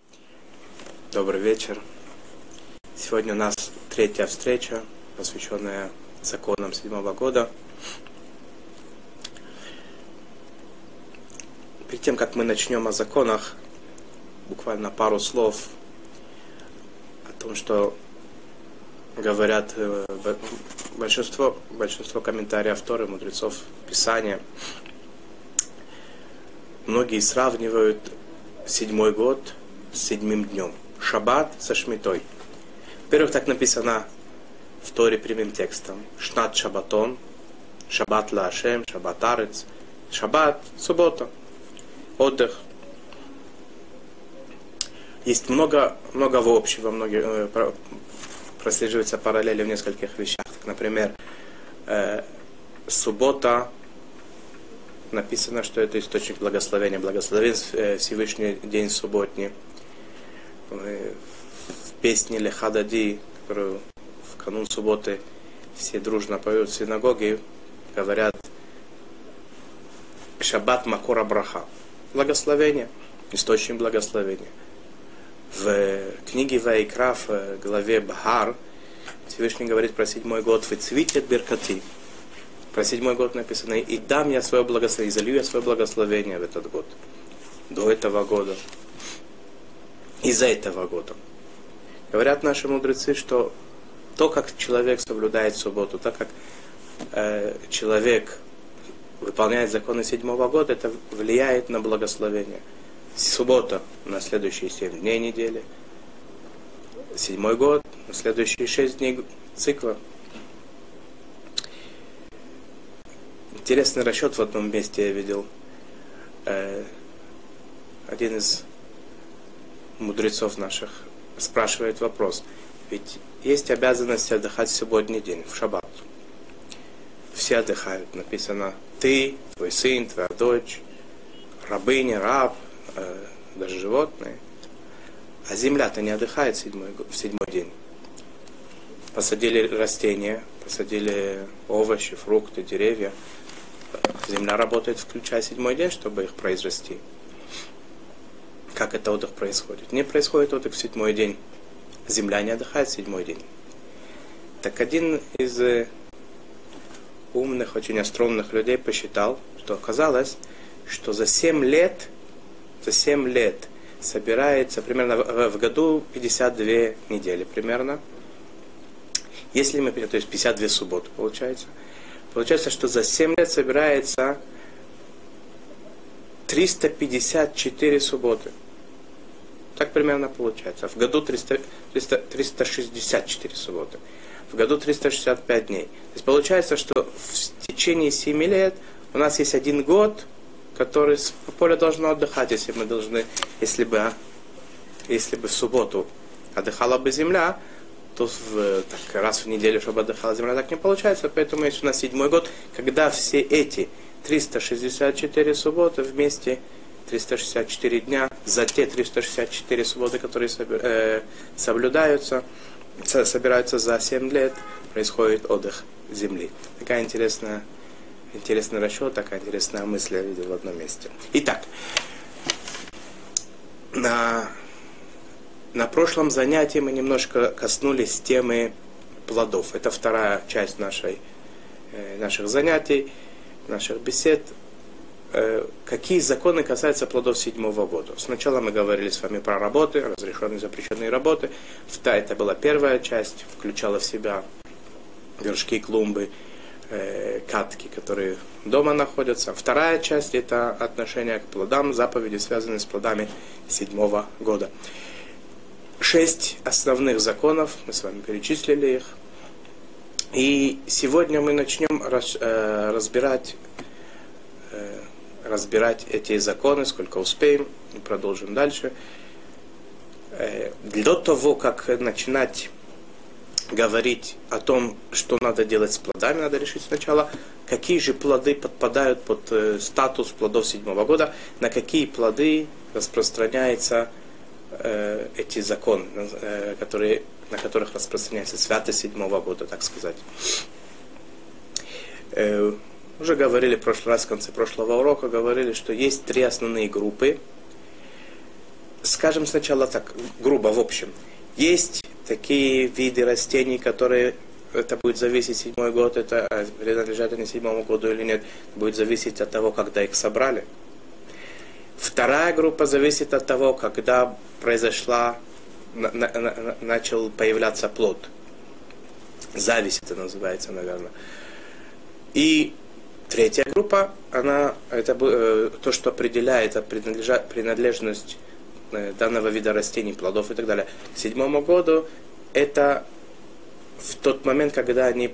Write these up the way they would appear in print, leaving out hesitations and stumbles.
Добрый вечер. Сегодня у нас третья встреча, посвященная законам 7-го года. Перед тем, как мы начнем о законах, буквально пару слов о том, что говорят большинство комментариев Торы, мудрецов Писания. Многие сравнивают 7-й год с 7-м днем. Шаббат со Шмитой. Во-первых, так написано в Торе прямым текстом. Шнат Шаббатон, Шаббат ла Ашем, Шаббат Арец. Шаббат, суббота, отдых. Есть много общего, прослеживается параллели в нескольких вещах. Так, например, суббота, написано, что это источник благословения. Благословен Всевышний день субботний. В песне Леха Дади, которую в канун субботы все дружно поют в синагоге, говорят Шаббат Макора Браха. Благословение, источник благословения. В книге Ваикра, в главе Бахар, Всевышний говорит про 7-й год «Вецвитет беркати». Про 7-й год написано «И дам я свое благословение, залью я свое благословение в этот год». До этого года. Из-за этого года. Говорят наши мудрецы, что то, как человек соблюдает субботу, так как человек выполняет законы 7-го года, это влияет на благословение. Суббота на следующие 7 дней недели, 7-й год на следующие 6 дней цикла. Интересный расчет в одном месте я видел. Один из мудрецов наших спрашивает вопрос. Ведь есть обязанность отдыхать в субботний день, в шаббат. Все отдыхают. Написано ты, твой сын, твоя дочь, рабыня, раб, даже животные. А земля-то не отдыхает в 7-й день. Посадили растения, посадили овощи, фрукты, деревья. Земля работает, включая 7-й день, чтобы их произрасти. Как это отдых происходит? Не происходит отдых в 7-й день. Земля не отдыхает в 7-й день. Так один из умных, очень остроумных людей посчитал, что оказалось, что за 7 лет собирается примерно в году 52 недели примерно. Если мы, то есть 52 субботы получается. Получается, что за 7 лет собирается 354 субботы. Так примерно получается. В году 364 субботы. В году 365 дней. То есть получается, что в течение 7 лет у нас есть 1 год, который поле должно отдыхать, если бы в субботу отдыхала бы земля, то раз в неделю, чтобы отдыхала земля, так не получается. Поэтому есть у нас 7-й год, когда все эти 364 субботы вместе 364 дня, за те 364 субботы, которые собираются за 7 лет, происходит отдых земли. Такая интересный расчет, такая интересная мысль я видел в одном месте. Итак, на прошлом занятии мы немножко коснулись темы плодов. Это вторая часть наших занятий, наших бесед. Какие законы касаются плодов 7-го года. Сначала мы говорили с вами про работы, разрешенные и запрещенные работы. Это была первая часть, включала в себя горшки, клумбы, катки, которые дома находятся. Вторая часть — это отношение к плодам, заповеди, связанные с плодами 7-го года. 6 основных законов, мы с вами перечислили их. И сегодня мы начнем разбирать эти законы, сколько успеем, и продолжим дальше. До того, как начинать говорить о том, что надо делать с плодами, надо решить сначала, какие же плоды подпадают под статус плодов 7-го года, на какие плоды распространяются эти законы, на которых распространяется святость 7-го года, так сказать. Уже говорили в прошлый раз, в конце прошлого урока, говорили, что есть 3 основные группы скажем сначала так, грубо, в общем. Есть такие виды растений, которые, это будет зависеть, 7-й год, это принадлежат они 7-му году или нет, будет зависеть от того, когда их собрали. Вторая группа зависит от того, когда начал появляться плод. Зависть это называется, наверное. И третья группа, это то, что определяет принадлежность данного вида растений, плодов и так далее. К 7-му году это в тот момент, когда они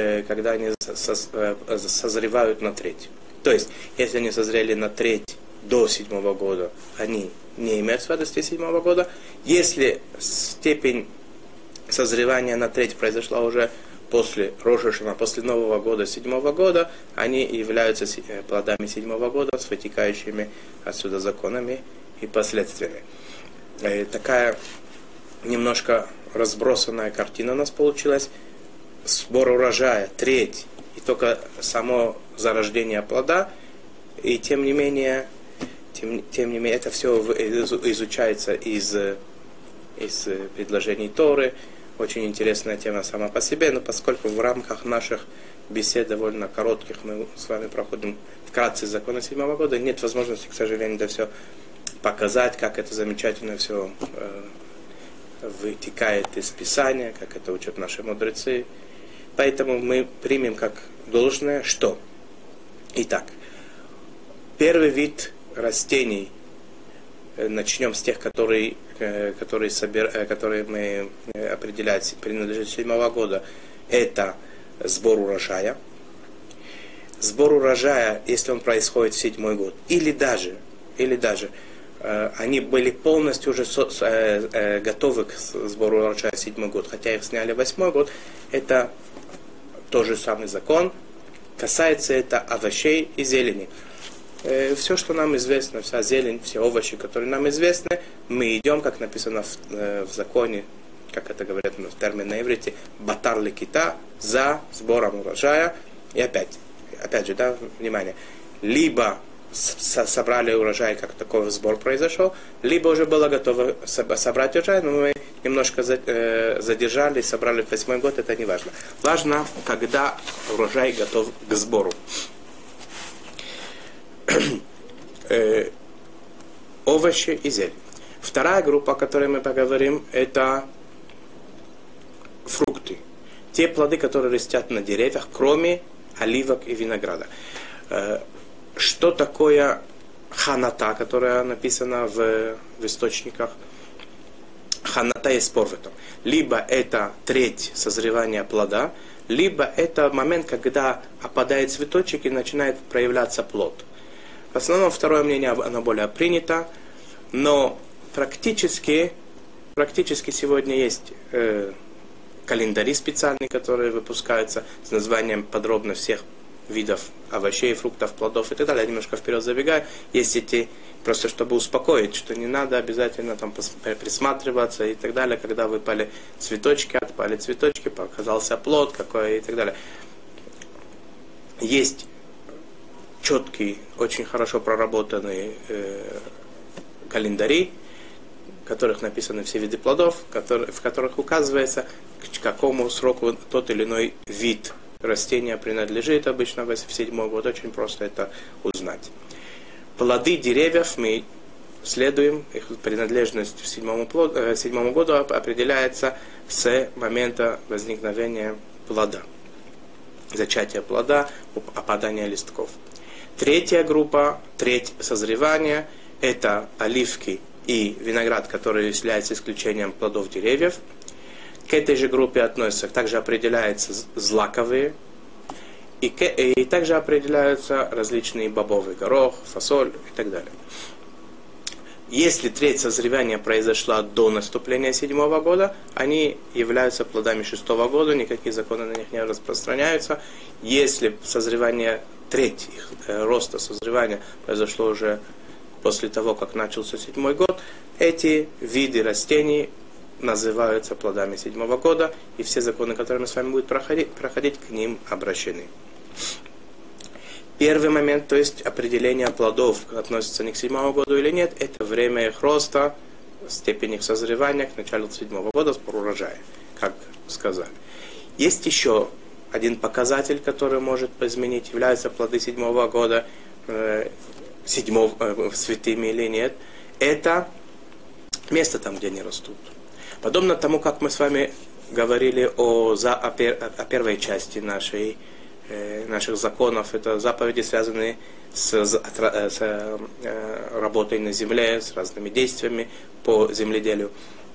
созревают на треть. То есть, если они созрели на треть до 7-го года, они не имеют святости 7-го года. Если степень созревания на треть произошла уже после Рош ха-Шана, после Нового года, 7-го года, они являются плодами 7-го года с вытекающими отсюда законами и последствиями. Такая немножко разбросанная картина у нас получилась. Сбор урожая, треть, и только само зарождение плода, и тем не менее, это все изучается из предложений Торы. Очень интересная тема сама по себе, но поскольку в рамках наших бесед довольно коротких мы с вами проходим вкратце законы 7-го года, нет возможности, к сожалению, это все показать, как это замечательно все вытекает из Писания, как это учат наши мудрецы. Поэтому мы примем как должное, что. Итак, первый вид растений, начнем с тех, которые мы определяем, принадлежат 7-го года, это сбор урожая. Сбор урожая, если он происходит в 7-й год, или даже они были полностью уже готовы к сбору урожая в 7-й год, хотя их сняли в 8-й год, это тот же самый закон. Касается это овощей и зелени. Все, что нам известно, вся зелень, все овощи, которые нам известны, мы идем, как написано в законе, как это говорят в термине на иврите, батар лекита, за сбором урожая. И опять же, да, внимание, либо собрали урожай, как такой сбор произошел, либо уже было готово собрать урожай, но мы немножко задержались, собрали в 8-й год, это не важно. Важно, когда урожай готов к сбору. Овощи и зелень. Вторая группа, о которой мы поговорим, это фрукты. Те плоды, которые растят на деревьях, кроме оливок и винограда. Что такое ханата, которая написана в источниках? Ханата есть спор в этом. Либо это треть созревания плода, либо это момент, когда опадает цветочек и начинает проявляться плод. В основном второе мнение, оно более принято, но практически сегодня есть календари специальные, которые выпускаются с названием подробно всех видов овощей, фруктов, плодов и так далее. Я немножко вперед забегаю. Есть эти, просто чтобы успокоить, что не надо обязательно там присматриваться и так далее, когда выпали цветочки, отпали цветочки, показался плод какой и так далее. Есть четкие, очень хорошо проработанные календари, в которых написаны все виды плодов, в которых указывается, к какому сроку тот или иной вид растения принадлежит обычно в 7-й год. Очень просто это узнать. Плоды деревьев мы следуем, их принадлежность к 7-му году определяется с момента возникновения плода, зачатия плода, опадания листков. Третья группа, треть созревания, это оливки и виноград, которые являются исключением плодов деревьев. К этой же группе относятся, также определяются злаковые, и также определяются различные бобовый горох, фасоль и так далее. Если треть созревания произошла до наступления 7-го года, они являются плодами 6-го года, никакие законы на них не распространяются. Если созревание, треть их роста созревания произошло уже после того, как начался 7-й год, эти виды растений называются плодами 7-го года, и все законы, которые мы с вами будем проходить, к ним обращены. Первый момент, то есть определение плодов, относится не к 7-му году или нет, это время их роста, степень их созревания к началу 7-го года, спор урожая, как сказали. Есть еще один показатель, который может изменить, являются плоды 7-го года святыми или нет. Это место там, где они растут. Подобно тому, как мы с вами говорили о первой части наших законов, это заповеди, связанные с работой на земле, с разными действиями по земледелию.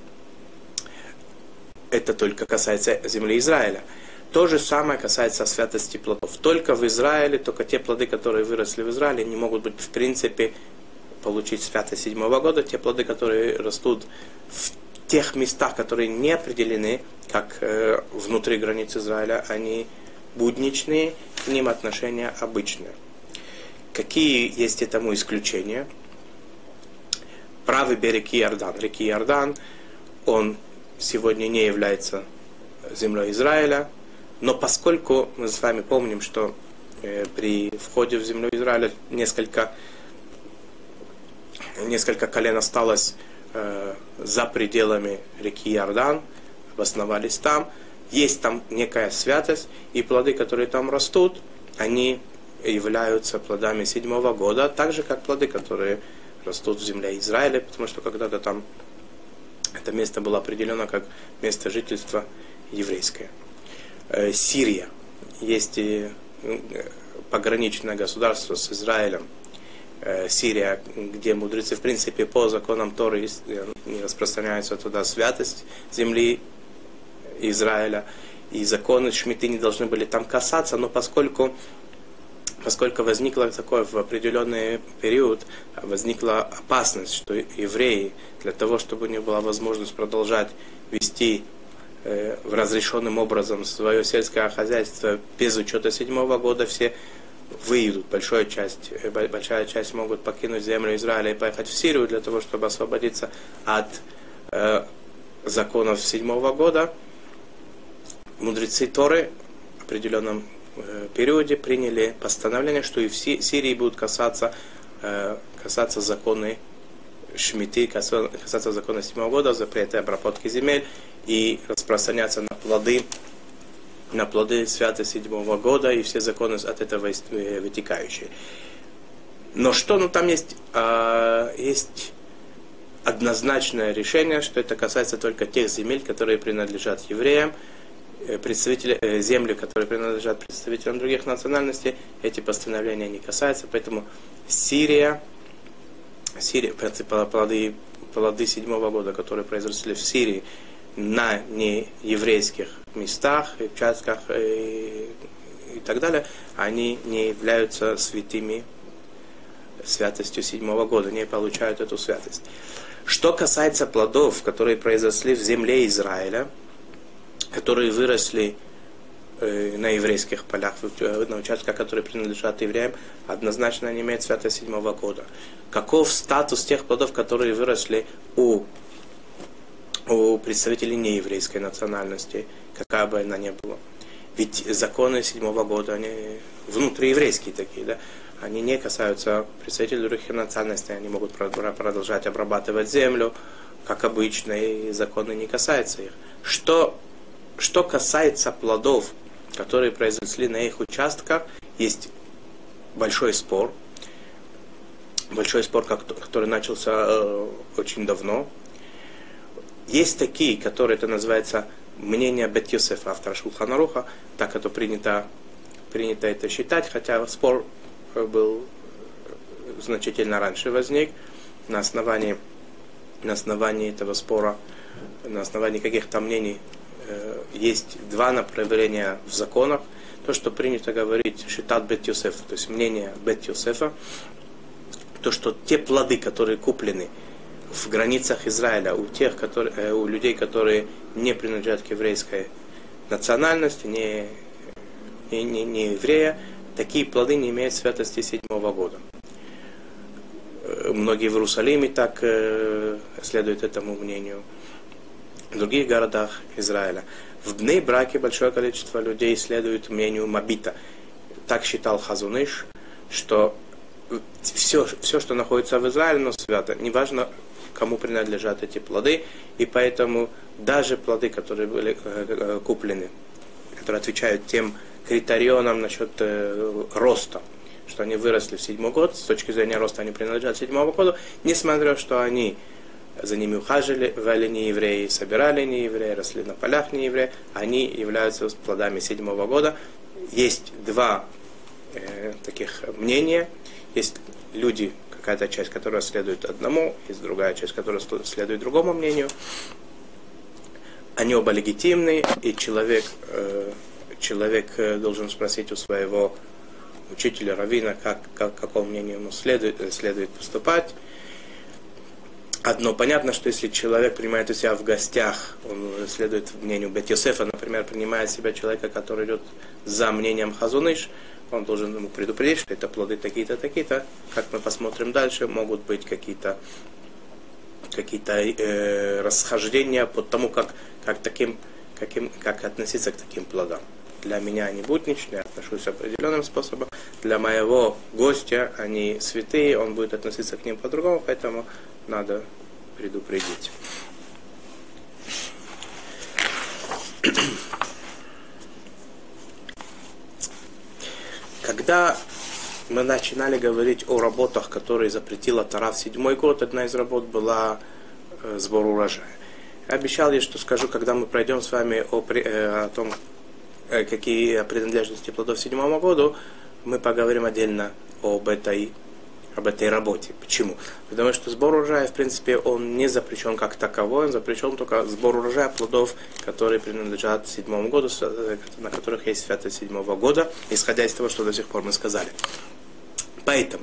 Это только касается земли Израиля. То же самое касается святости плодов. Только в Израиле, только те плоды, которые выросли в Израиле, не могут быть в принципе получить святость 7-го года. Те плоды, которые растут в тех местах, которые не определены, как внутри границ Израиля, они будничные, к ним отношения обычные. Какие есть этому исключения? Правый берег Иордан. Реки Иордан, он сегодня не является землей Израиля, но поскольку мы с вами помним, что при входе в землю Израиля несколько колен осталось за пределами реки Иордан, обосновались там, есть там некая святость, и плоды, которые там растут, они являются плодами 7-го года, так же, как плоды, которые растут в земле Израиля, потому что когда-то там это место было определено как место жительства еврейское. Сирия. Есть и пограничное государство с Израилем. Сирия, где мудрецы, в принципе, по законам Торы не распространяется туда святость земли Израиля, и законы шмиты не должны были там касаться, но поскольку возникло такое в определенный период, возникла опасность, что евреи, для того, чтобы у них была возможность продолжать вести разрешенным образом свое сельское хозяйство без учета 7-го года, все выйдут, большая часть могут покинуть землю Израиля и поехать в Сирию для того, чтобы освободиться от законов 7-го года. Мудрецы Торы в определенном периоде приняли постановление, что и в Сирии будут касаться законы шмиты, касаться закона 7-го года, запрета обработки земель и распространяться на плоды святости 7-го года и все законы от этого вытекающие. Но там есть однозначное решение, что это касается только тех земель, которые принадлежат евреям, земли, которые принадлежат представителям других национальностей, эти постановления не касаются, поэтому Сирия, плоды 7-го года, которые произошли в Сирии, на нееврейских местах, участках и так далее, они не являются святыми святостью 7-го года, не получают эту святость. Что касается плодов, которые произошли в земле Израиля, которые выросли на еврейских полях, на участках, которые принадлежат евреям, однозначно не имеют святость 7-го года. Каков статус тех плодов, которые выросли у представителей нееврейской национальности, какая бы она ни была? Ведь законы 7-го года, они внутриеврейские такие, да? Они не касаются представителей других национальностей, они могут продолжать обрабатывать землю, как обычно, и законы не касаются их. Что касается плодов, которые произошли на их участках, есть большой спор, который начался очень давно. Есть такие, которые, это называется мнение Бет Йосефа, автора Шулхан Аруха, так это принято это считать, хотя спор был значительно раньше возник, на основании этого спора, на основании каких-то мнений, есть два направления в законах. То, что принято говорить шитат Бет Йосефа, то есть мнение Бет Йосефа, то, что те плоды, которые куплены в границах Израиля у людей, которые не принадлежат к еврейской национальности, не еврея, такие плоды не имеют святости 7-го года. Многие в Иерусалиме так следуют этому мнению. В других городах Израиля. В Бней Браке большое количество людей следует мнению Мабита. Так считал Хазон Иш, что все, что находится в Израиле, но свято. Неважно, кому принадлежат эти плоды, и поэтому даже плоды, которые были куплены, которые отвечают тем критерионам насчет роста, что они выросли в 7-й год, с точки зрения роста они принадлежат 7-му году, несмотря что они за ними ухаживали неевреи, собирали неевреи, росли на полях неевреи, они являются плодами 7-го года. Есть два таких мнения. Есть люди, какая-то часть, которая следует одному, есть другая часть, которая следует другому мнению. Они оба легитимны, и человек должен спросить у своего учителя, раввина, какому мнению ему следует поступать. Одно понятно, что если человек принимает у себя в гостях, он следует мнению Бет Йосефа, например, принимает себя человека, который идет за мнением Хазон Иш, он должен ему предупредить, что это плоды такие-то, такие-то. Как мы посмотрим дальше, могут быть какие-то расхождения по тому, как относиться к таким плодам. Для меня они будничные, я отношусь определенным способом. Для моего гостя они святые, он будет относиться к ним по-другому, поэтому надо предупредить. Когда мы начинали говорить о работах, которые запретила Тора в 7-й год, одна из работ была сбор урожая. Я обещал ей, что скажу, когда мы пройдем с вами о том, какие принадлежности плодов 7-го году, мы поговорим отдельно об этой работе. Почему? Потому что сбор урожая, в принципе, он не запрещен как таковой, он запрещен только сбор урожая плодов, которые принадлежат 7-му году, на которых есть святость 7-го года, исходя из того, что до сих пор мы сказали. Поэтому,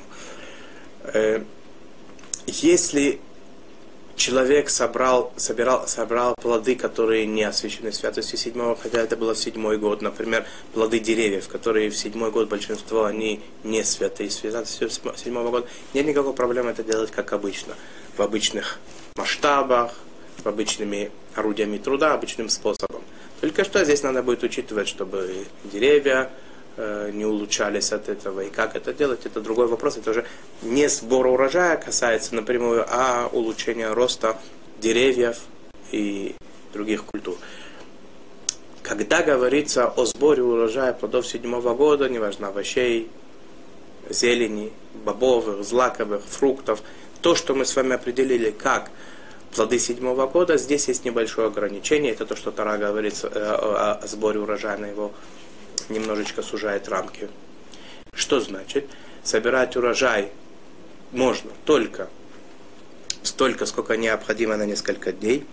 если человек собрал плоды, которые не освящены святостью 7-го, хотя это было в 7-й год, например, плоды деревьев, которые в 7-й год большинство, они не святые святостью 7-го года, нет никакой проблемы это делать как обычно, в обычных масштабах, в обычными орудиями труда, обычным способом. Только что здесь надо будет учитывать, чтобы деревья не улучшались от этого. И как это делать, это другой вопрос. Это уже не сбор урожая касается напрямую, а улучшения роста деревьев и других культур. Когда говорится о сборе урожая плодов 7-го года, неважно, овощей, зелени, бобовых, злаковых, фруктов, то, что мы с вами определили как плоды 7-го года, здесь есть небольшое ограничение. Это то, что Тора говорит о сборе урожая, на его немножечко сужает рамки. Что значит? Собирать урожай можно только столько, сколько необходимо на несколько дней,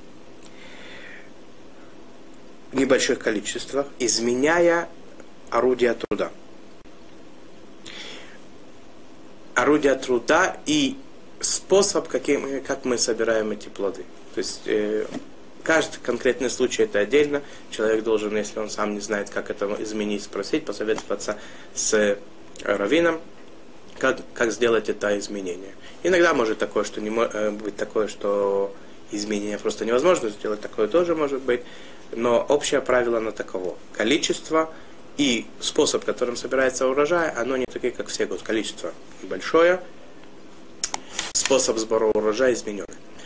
в небольших количествах, изменяя орудия труда. Орудия труда и способ, как мы собираем эти плоды. То есть каждый конкретный случай это отдельно. Человек должен, если он сам не знает, как это изменить, спросить, посоветоваться с раввином, как сделать это изменение. Иногда может такое, что не быть такое, что изменение просто невозможно сделать, такое тоже может быть. Но общее правило на таково. Количество и способ, которым собирается урожай, оно не такие, как все годы. Количество большое, способ сбора урожая измененный.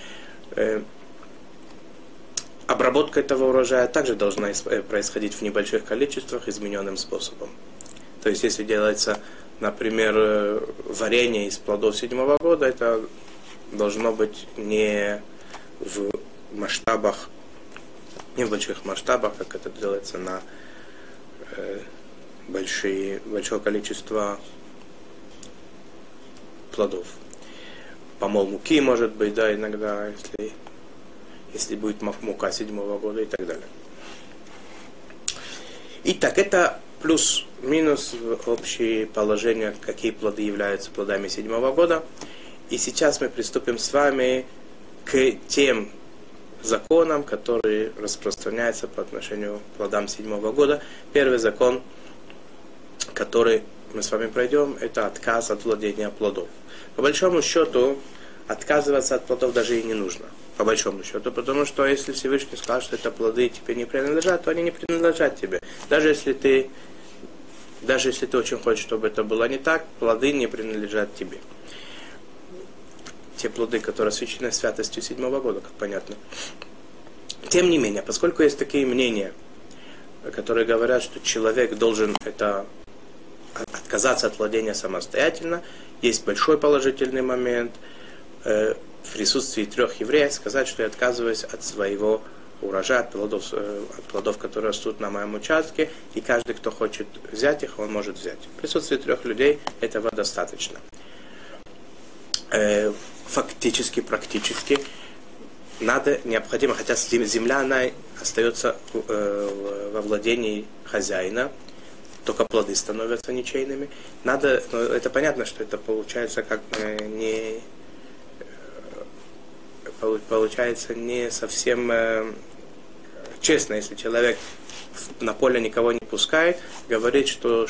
Обработка этого урожая также должна происходить в небольших количествах измененным способом. То есть, если делается, например, варенье из плодов 7-го года, это должно быть не в масштабах, не в больших масштабах, как это делается на большое количество плодов. Помол муки, может быть, да, иногда, если будет мука 7-го года и так далее. Итак, это плюс-минус общее положение, какие плоды являются плодами 7-го года. И сейчас мы приступим с вами к тем законам, которые распространяются по отношению к плодам 7-го года. Первый закон, который мы с вами пройдем, это отказ от владения плодов. По большому счету, отказываться от плодов даже и не нужно. По большому счету, потому что если Всевышний скажет, что это плоды тебе не принадлежат, то они не принадлежат тебе. Даже если ты очень хочешь, чтобы это было не так, плоды не принадлежат тебе. те плоды, которые освящены святостью 7-го года, как понятно. Тем не менее, поскольку есть такие мнения, которые говорят, что человек должен отказаться от владения самостоятельно, есть большой положительный момент в присутствии 3 евреев сказать, что я отказываюсь от своего урожая, от плодов, которые растут на моем участке, и каждый, кто хочет взять их, он может взять. В присутствии 3 людей этого достаточно. Фактически, практически, необходимо, хотя земля, она остается во владении хозяина, только плоды становятся ничейными. Это понятно, что это получается не совсем честно, если человек на поле никого не пускает, говорит, что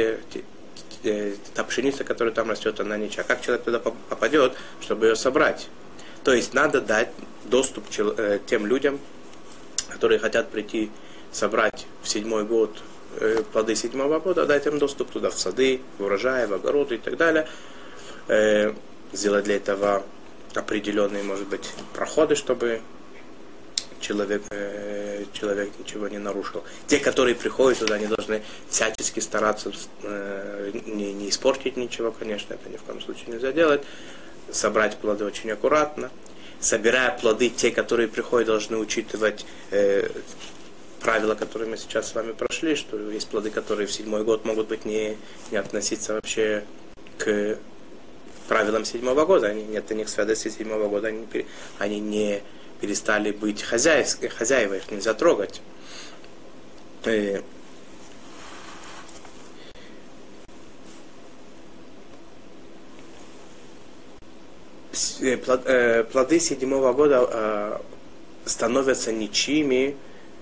та пшеница, которая там растет, она ничья. Как человек туда попадет, чтобы ее собрать? То есть надо дать доступ тем людям, которые хотят прийти собрать в 7-й год плоды 7-го года, дать им доступ туда, в сады, в урожаи, в огороды и так далее. Сделать для этого определенные, может быть, проходы, чтобы человек ничего не нарушил. Те, которые приходят туда, они должны всячески стараться не испортить ничего, конечно, это ни в коем случае нельзя делать. Собрать плоды очень аккуратно. Собирая плоды, те, которые приходят, должны учитывать правила, которые мы сейчас с вами прошли, что есть плоды, которые в 7-й год могут быть не относиться вообще к правилам 7-го года. Нет у них святости 7-го года, они не перестали быть хозяева, их нельзя трогать. Плоды 7-го года становятся ничьими,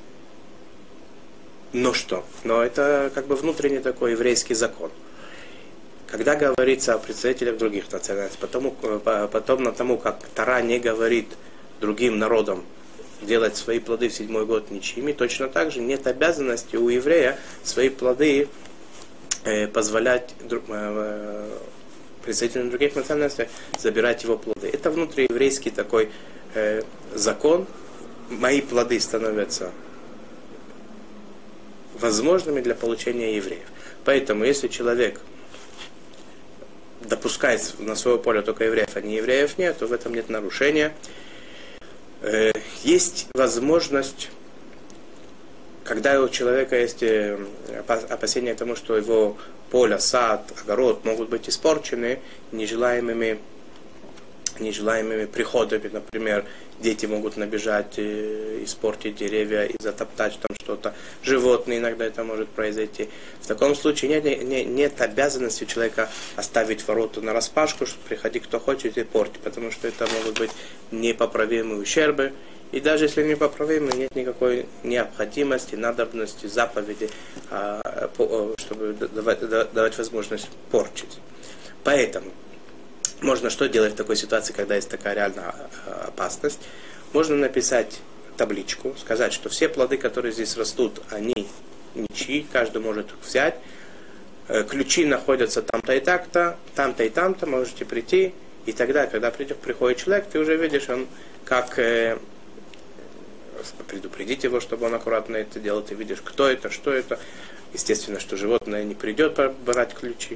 но что? Но это как бы внутренний такой еврейский закон. Когда говорится о представителях других национальностей, потом на тому, как Тора не говорит другим народам делать свои плоды в 7-й год ничьими, точно так же нет обязанности у еврея свои плоды позволять представителям других национальностей забирать его плоды. Это внутриеврейский такой закон. Мои плоды становятся возможными для получения евреев. Поэтому, если человек допускает на свое поле только евреев, а не евреев нет, то в этом нет нарушения. Есть возможность, когда у человека есть опасения к тому, что его поле, сад, огород могут быть испорчены нежелаемыми приходами, например, дети могут набежать, испортить деревья и затоптать там что-то. Животные иногда это может произойти. В таком случае нет обязанности у человека оставить ворота нараспашку, что приходи кто хочет и порти, потому что это могут быть непоправимые ущербы. И даже если непоправимые, нет никакой необходимости, надобности, заповеди, чтобы давать возможность порчить. Поэтому можно что делать в такой ситуации, когда есть такая реальная опасность? Можно написать табличку, сказать, что все плоды, которые здесь растут, они ничьи, каждый может их взять. Ключи находятся там-то и так-то, там-то и там-то, можете прийти. И тогда, когда приходит человек, ты уже видишь, он как предупредить его, чтобы он аккуратно это делал, ты видишь, кто это, что это. Естественно, что животное не придет брать ключи.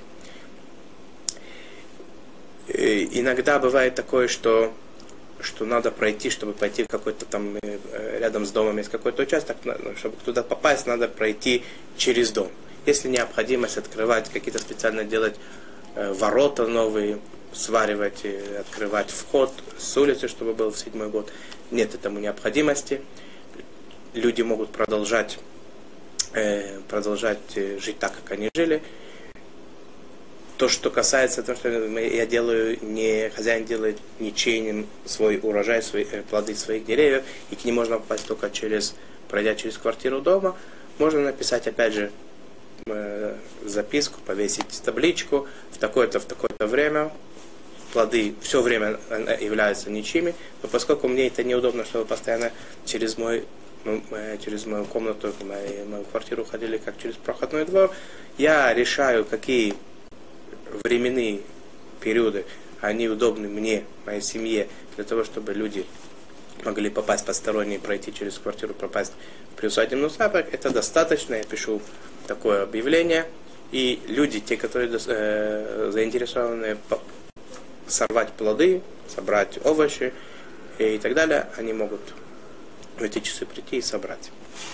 Иногда бывает такое, что надо пройти, чтобы пойти в какой-то там, рядом с домом есть какой-то участок, чтобы туда попасть, надо пройти через дом. Если необходимость открывать, какие-то специально делать ворота новые, сваривать, открывать вход с улицы, чтобы был в 7-й год, нет этому необходимости. Люди могут продолжать жить так, как они жили. То, что касается того, что я делаю, хозяин делает ничейным свой урожай, плоды своих деревьев, и к ним можно попасть только пройдя через квартиру дома, можно написать, опять же, записку, повесить табличку, в такое-то время плоды все время являются ничьими, но поскольку мне это неудобно, чтобы постоянно через мою комнату, мою квартиру ходили как через проходной двор, я решаю, какие временные периоды они удобны мне, моей семье, для того, чтобы люди могли попасть посторонние, пройти через квартиру, попасть в приусадебный участок, это достаточно. Я пишу такое объявление, и люди, те, которые заинтересованы сорвать плоды, собрать овощи и так далее, они могут в эти часы прийти и собрать.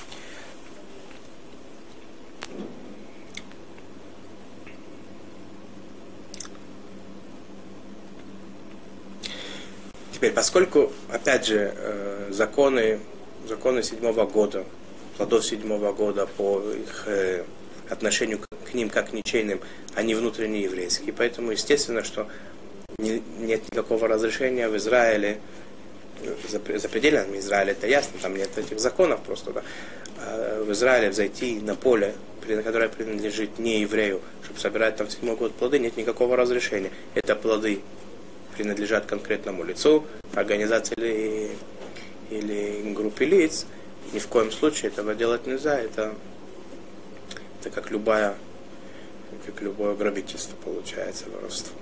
Теперь, поскольку, опять же, законы 7-го года, плодов 7-го года по их отношению к ним как к ничейным, они внутренне еврейские, поэтому естественно, что нет никакого разрешения в Израиле, за пределами Израиля, это ясно, там нет этих законов просто, да, в Израиле взойти на поле, которое принадлежит не еврею, чтобы собирать там в 7-й год плоды, нет никакого разрешения. Это плоды принадлежат конкретному лицу, организации или группе лиц. Ни в коем случае этого делать нельзя. Это как любое грабительство получается, воровство.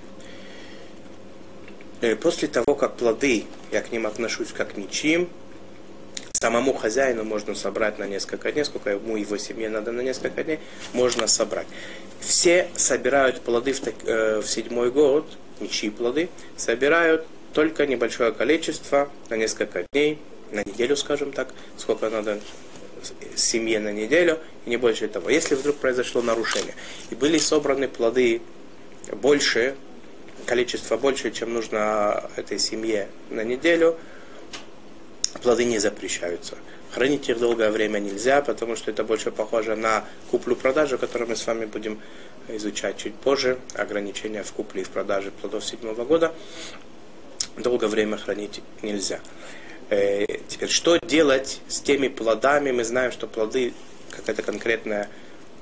И после того, как плоды, я к ним отношусь как к ничьим, самому хозяину можно собрать на несколько дней, сколько ему и его семье надо на несколько дней, можно собрать. Все собирают плоды в 7-й год, ничьи плоды, собирают только небольшое количество на несколько дней, на неделю, скажем так, сколько надо семье на неделю, и не больше того. Если вдруг произошло нарушение, и были собраны плоды больше, количество больше, чем нужно этой семье на неделю, плоды не запрещаются. Хранить их долгое время нельзя, потому что это больше похоже на куплю-продажу, которую мы с вами будем изучать чуть позже. Ограничения в купле и в продаже плодов 7-го года. Долгое время хранить нельзя. Теперь, что делать с теми плодами? Мы знаем, что плоды, какая-то конкретная,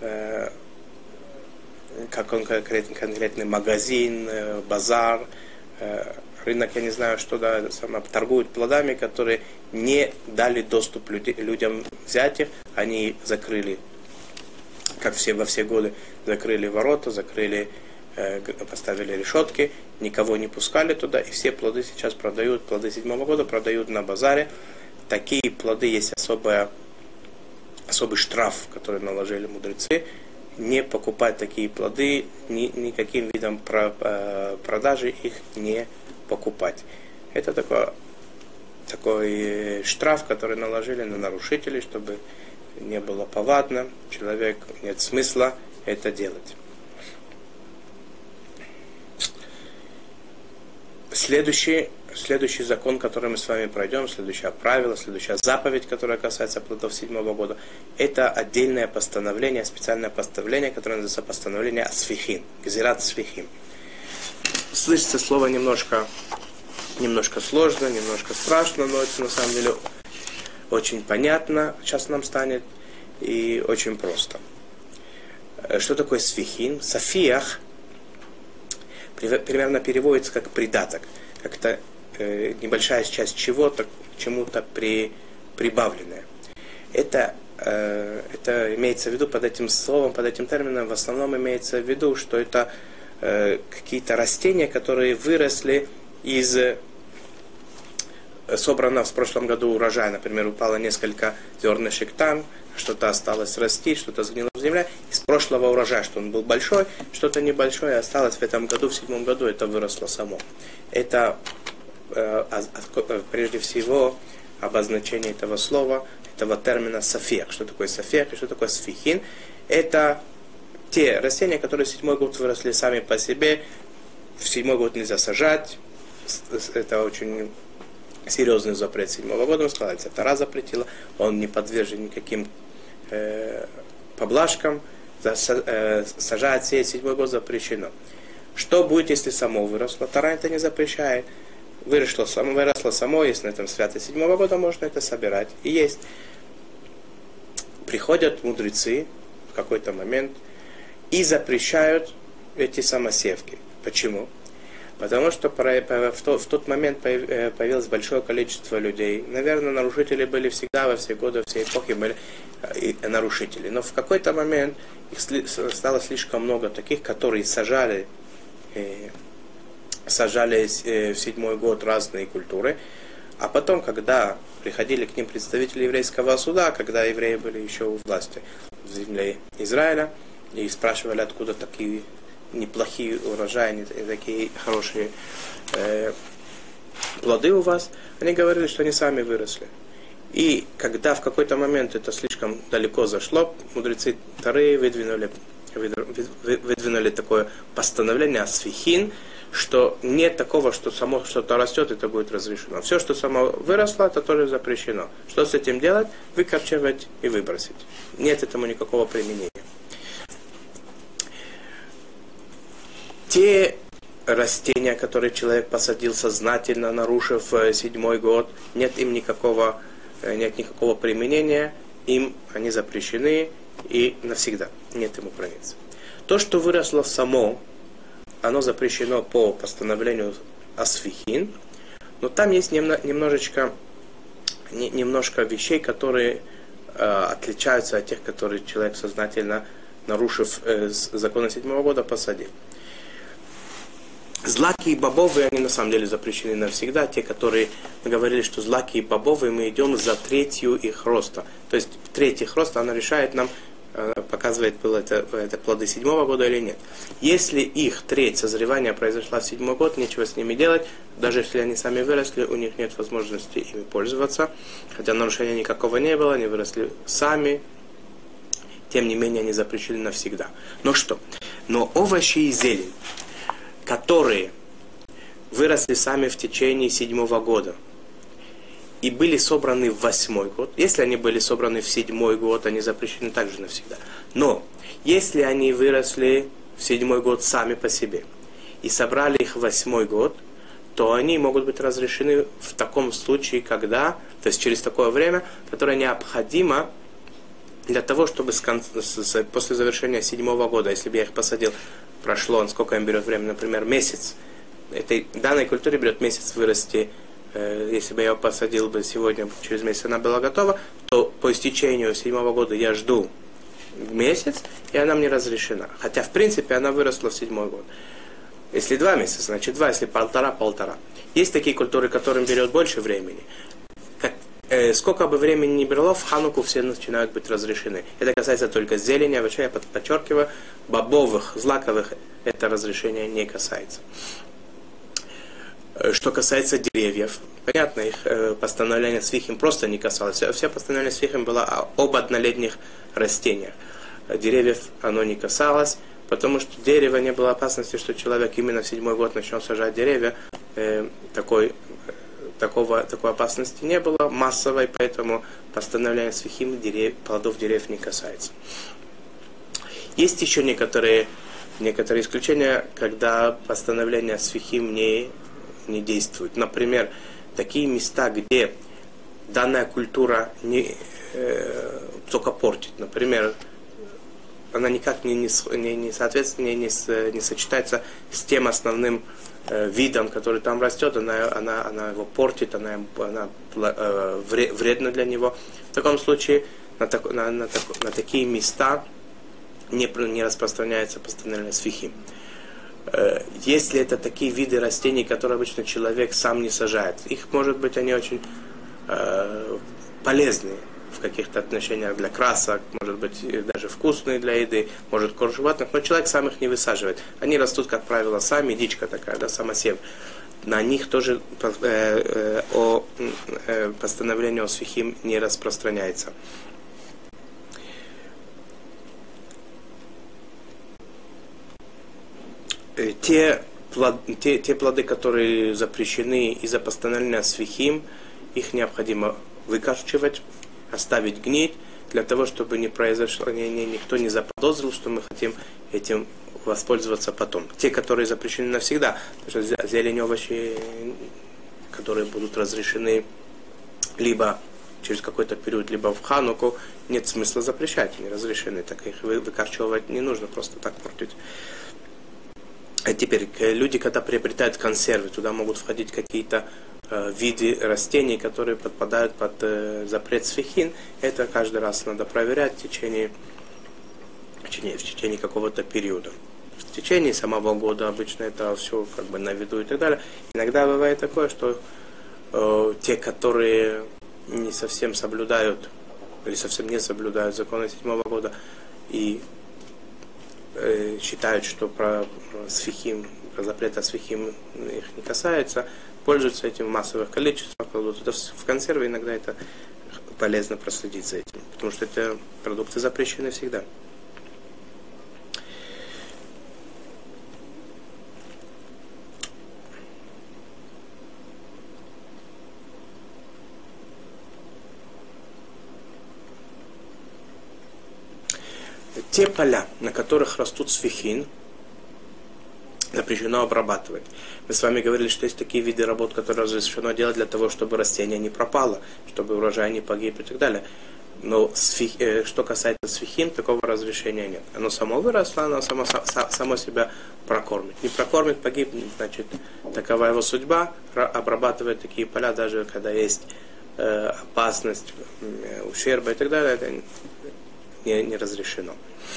конкретный магазин, базар, рынок, я не знаю, что да, торгуют плодами, которые не дали доступ людям взять их, они закрыли, как во все годы, закрыли ворота, поставили решетки, никого не пускали туда, и все плоды сейчас продают, плоды 7-го года продают на базаре. Такие плоды есть особый штраф, который наложили мудрецы, не покупать такие плоды, никаким видом продажи их не покупать. Это такой штраф, который наложили на нарушителей, чтобы не было повадно, нет смысла это делать. Следующий закон, который мы с вами пройдем, следующее правило, следующая заповедь, которая касается плодов 7-го года, это отдельное постановление, специальное постановление, которое называется постановление Асфихин, Гзират Асфихин. Слышится слово немножко сложно, немножко страшно, но это на самом деле очень понятно сейчас нам станет и очень просто. Что такое Сфихин? Сафиах примерно переводится как придаток, как-то небольшая часть чего-то, к чему-то прибавленное. Это имеется в виду под этим словом, под этим термином в основном имеется в виду, что это какие-то растения, которые выросли из собранного в прошлом году урожая. Например, упало несколько зернышек там, что-то осталось расти, что-то сгнило в земле. Из прошлого урожая, что он был большой, что-то небольшое осталось в этом году, в 7-м году это выросло само. Это прежде всего обозначение этого слова, этого термина сафех. Что такое сафех и что такое сфихин? Это те растения, которые в 7-й год выросли сами по себе. В 7-й год нельзя сажать. Это очень серьезный запрет 7-го года. Он сказал, это Тора запретила. Он не подвержен никаким поблажкам. Сажать, сеять 7-й год запрещено. Что будет, если само выросло? Тора это не запрещает. Выросло само, если на этом святость 7-го года, можно это собирать. И есть. Приходят мудрецы в какой-то момент и запрещают эти самосевки. Почему? Потому что в тот момент появилось большое количество людей. Наверное, нарушители были всегда, во все годы, во все эпохи были нарушители. Но в какой-то момент их стало слишком много таких, которые сажали сажались в 7-й год разные культуры, а потом, когда приходили к ним представители еврейского суда, когда евреи были еще у власти в земле Израиля, и спрашивали, откуда такие неплохие урожаи, такие хорошие плоды у вас, они говорили, что они сами выросли. И когда в какой-то момент это слишком далеко зашло, мудрецы Торы выдвинули такое постановление асфихин, что нет такого, что само что-то растет, это будет разрешено. Все, что само выросло, это тоже запрещено. Что с этим делать? Выкорчевать и выбросить. Нет этому никакого применения. Те растения, которые человек посадил сознательно, нарушив 7-й год, нет никакого применения, им они запрещены и навсегда. Нет ему границ. То, что выросло само, оно запрещено по постановлению асфихин, но там есть немножко вещей, которые отличаются от тех, которые человек сознательно, нарушив законы 7-го года, посадил. Злаки и бобовые, они на самом деле запрещены навсегда. Те, которые говорили, что злаки и бобовые, мы идем за третью их роста. То есть треть их роста, она решает нам, показывает, было это плоды 7-го года или нет. Если их треть созревания произошла в 7-й год, нечего с ними делать. Даже если они сами выросли, у них нет возможности ими пользоваться. Хотя нарушения никакого не было, они выросли сами. Тем не менее, они запрещены навсегда. Но овощи и зелень, которые выросли сами в течение 7-го года и были собраны в 8-й год, если они были собраны в 7-й год, они запрещены также навсегда. Но если они выросли в 7-й год сами по себе и собрали их в 8-й год, то они могут быть разрешены в таком случае, то есть через такое время, которое необходимо для того, чтобы после завершения 7-го года, если бы я их посадил, прошло, сколько им берет время, например, месяц. Этой данной культуре берет месяц вырасти. Если бы я его посадил бы сегодня, через месяц она была готова, то по истечению 7-го года я жду месяц, и она мне разрешена. Хотя, в принципе, она выросла в 7-й год. Если 2 месяца, значит 2, если полтора. Есть такие культуры, которым берет больше времени. Сколько бы времени ни брало, в Хануку все начинают быть разрешены. Это касается только зелени, овощей, я подчеркиваю, бобовых, злаковых, это разрешение не касается. Что касается деревьев, понятно, их постановление Свихим просто не касалось. Все постановление Свихим было об однолетних растениях. Деревьев оно не касалось, потому что дерево не было опасности, что человек именно в 7-й год начнет сажать деревья. Такой опасности не было массовой, поэтому постановление Свихим плодов деревьев не касается. Есть еще некоторые исключения, когда постановление Свихим не действует. Например, такие места, где данная культура только портит. Например, она никак не сочетается с тем основным видом, который там растет, она его портит, она вредна для него. В таком случае на такие места не распространяется постановление Свихим. Если это такие виды растений, которые обычно человек сам не сажает, их, может быть, они очень полезные в каких-то отношениях для красок, может быть, даже вкусные для еды, может, корм животных, но человек сам их не высаживает. Они растут, как правило, сами, дичка такая, да, самосев. На них тоже постановление о Свихим не распространяется. Те плоды, которые запрещены из-за постановления Свихим, их необходимо выкорчевать, оставить гнить, для того, чтобы не произошло, никто не заподозрил, что мы хотим этим воспользоваться потом. Те, которые запрещены навсегда, потому что зелень, овощи, которые будут разрешены либо через какой-то период, либо в Хануку, нет смысла запрещать, они разрешены, так их выкорчевывать не нужно, просто так портить. А теперь, люди, когда приобретают консервы, туда могут входить какие-то виды растений, которые подпадают под запрет Свихин. Это каждый раз надо проверять в течение какого-то периода. в течение самого года обычно это все как бы на виду и так далее. Иногда бывает такое, что те, которые не совсем соблюдают или совсем не соблюдают законы седьмого года и считают, что про запрет асфихим их не касается, пользуются этим в массовых количествах, кладут это в консервы, иногда это полезно проследить за этим, потому что это продукты запрещены всегда. Те поля, на которых растут сфихин, запрещено обрабатывать. Мы с вами говорили, что есть такие виды работ, которые разрешено делать для того, чтобы растение не пропало, чтобы урожай не погиб и так далее. Но что касается сфихин, такого разрешения нет. Оно само выросло, оно само себя прокормит. Не прокормит, погибнет, значит, такова его судьба. Обрабатывать такие поля, даже когда есть опасность, ущерба и так далее, это не разрешено.